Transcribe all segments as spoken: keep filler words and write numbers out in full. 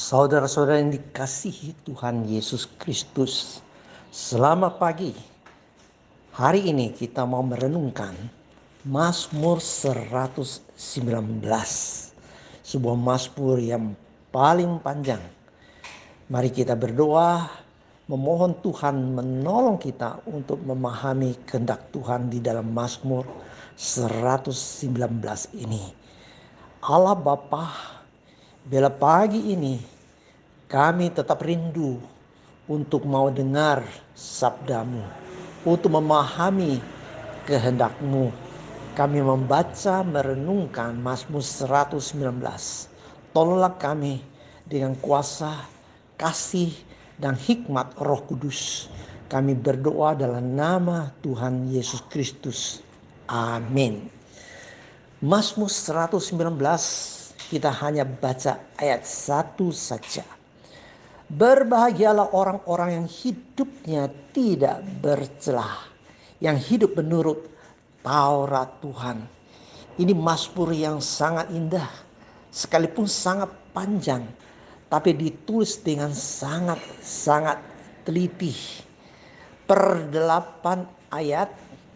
Saudara-saudara yang dikasihi Tuhan Yesus Kristus, selamat pagi. Hari ini kita mau merenungkan Mazmur seratus sembilan belas, sebuah mazmur yang paling panjang. Mari kita berdoa, memohon Tuhan menolong kita untuk memahami kehendak Tuhan di dalam Mazmur seratus sembilan belas ini. Allah Bapa, bila pagi ini kami tetap rindu untuk mau dengar sabdamu, untuk memahami kehendak-Mu. Kami membaca merenungkan Mazmur seratus sembilan belas. Tolonglah kami dengan kuasa, kasih, dan hikmat Roh Kudus. Kami berdoa dalam nama Tuhan Yesus Kristus. Amin. Mazmur seratus sembilan belas kita hanya baca ayat satu saja. Berbahagialah orang-orang yang hidupnya tidak bercelah, yang hidup menurut Taurat Tuhan. Ini mazmur yang sangat indah, sekalipun sangat panjang, tapi ditulis dengan sangat-sangat teliti. Per delapan ayat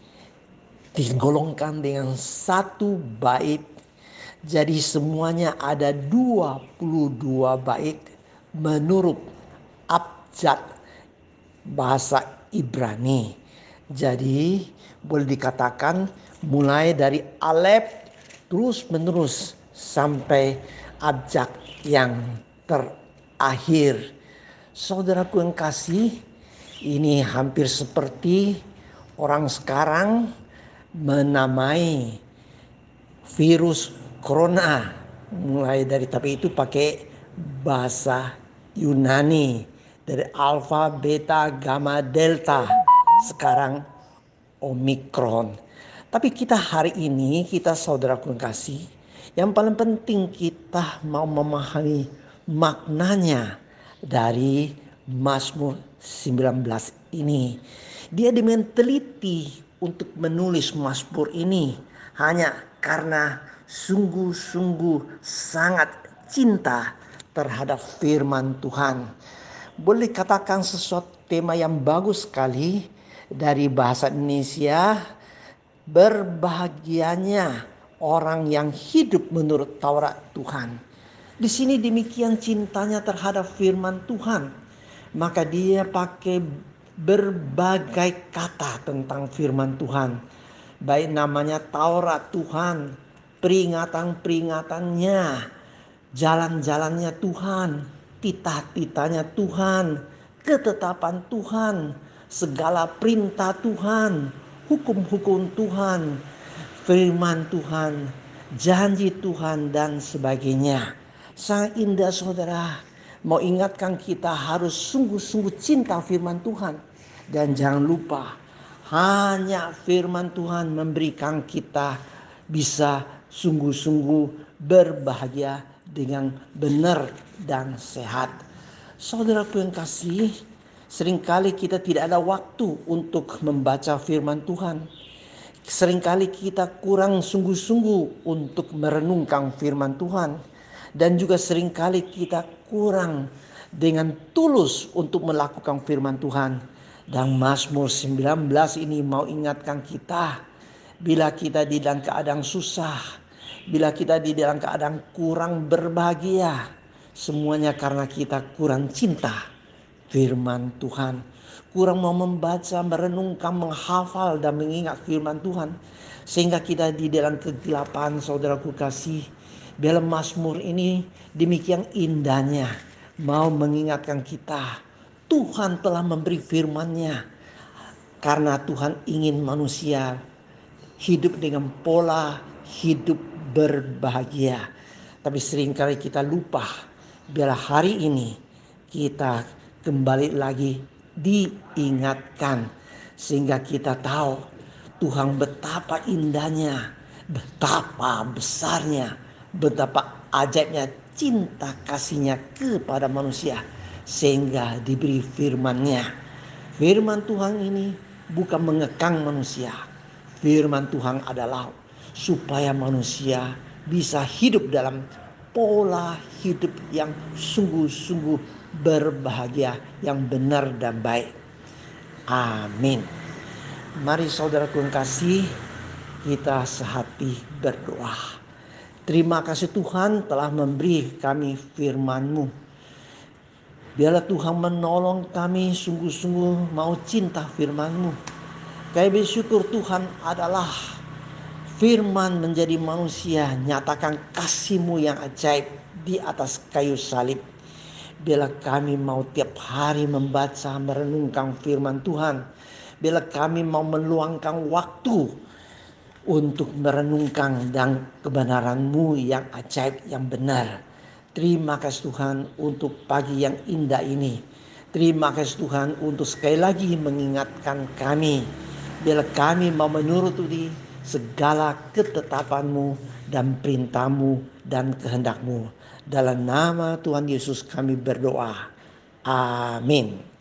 digolongkan dengan satu bait. Jadi semuanya ada dua puluh dua bait menurut abjad bahasa Ibrani. Jadi boleh dikatakan mulai dari Alef terus menerus sampai abjad yang terakhir. Saudaraku yang kasih, ini hampir seperti orang sekarang menamai virus corona, mulai dari tapi itu pakai bahasa Yunani, dari alfa, beta, gamma, delta, sekarang omikron. Tapi kita hari ini, kita saudaraku yang kasih, yang paling penting kita mau memahami maknanya dari Mazmur sembilan belas ini. Dia dengan teliti untuk menulis Mazmur ini hanya karena sungguh-sungguh sangat cinta terhadap firman Tuhan. Boleh katakan sesuatu tema yang bagus sekali dari bahasa Indonesia. Berbahagianya orang yang hidup menurut Taurat Tuhan. Di sini demikian cintanya terhadap firman Tuhan. Maka dia pakai berbagai kata tentang firman Tuhan. Baik namanya Taurat Tuhan, peringatan-peringatannya, jalan-jalannya Tuhan, titah-titahnya Tuhan, ketetapan Tuhan, segala perintah Tuhan, hukum-hukum Tuhan, firman Tuhan, janji Tuhan, dan sebagainya. Sangat indah saudara. Mau ingatkan kita harus sungguh-sungguh cinta firman Tuhan. Dan jangan lupa, hanya firman Tuhan memberikan kita bisa sungguh-sungguh berbahagia dengan benar dan sehat. Saudaraku yang kasih, seringkali kita tidak ada waktu untuk membaca firman Tuhan. Seringkali kita kurang sungguh-sungguh untuk merenungkan firman Tuhan. Dan juga seringkali kita kurang dengan tulus untuk melakukan firman Tuhan. Dan Mazmur sembilan belas ini mau ingatkan kita, bila kita di dalam keadaan susah, bila kita di dalam keadaan kurang berbahagia, semuanya karena kita kurang cinta firman Tuhan. Kurang mau membaca, merenungkan, menghafal, dan mengingat firman Tuhan. Sehingga kita di dalam kegelapan, saudaraku kasih, dalam Mazmur ini demikian indahnya mau mengingatkan kita, Tuhan telah memberi firman-Nya karena Tuhan ingin manusia hidup dengan pola hidup berbahagia. Tapi seringkali kita lupa bila hari ini kita kembali lagi diingatkan sehingga kita tahu Tuhan betapa indahnya, betapa besarnya, betapa ajaibnya cinta kasihnya kepada manusia sehingga diberi firman-Nya. Firman Tuhan ini bukan mengekang manusia. Firman Tuhan adalah supaya manusia bisa hidup dalam pola hidup yang sungguh-sungguh berbahagia, yang benar dan baik. Amin. Mari saudaraku yang kasih, kita sehati berdoa. Terima kasih Tuhan telah memberi kami firman-Mu. Biarlah Tuhan menolong kami sungguh-sungguh mau cinta firman-Mu. Kami bersyukur Tuhan adalah firman menjadi manusia, nyatakan kasih-Mu yang ajaib di atas kayu salib. Bila kami mau tiap hari membaca, merenungkan firman Tuhan. Bila kami mau meluangkan waktu untuk merenungkan dan kebenaran-Mu yang ajaib, yang benar. Terima kasih Tuhan untuk pagi yang indah ini. Terima kasih Tuhan untuk sekali lagi mengingatkan kami. Bila kami mau menuruti segala ketetapan-Mu dan perintah-Mu dan kehendak-Mu. Dalam nama Tuhan Yesus kami berdoa. Amin.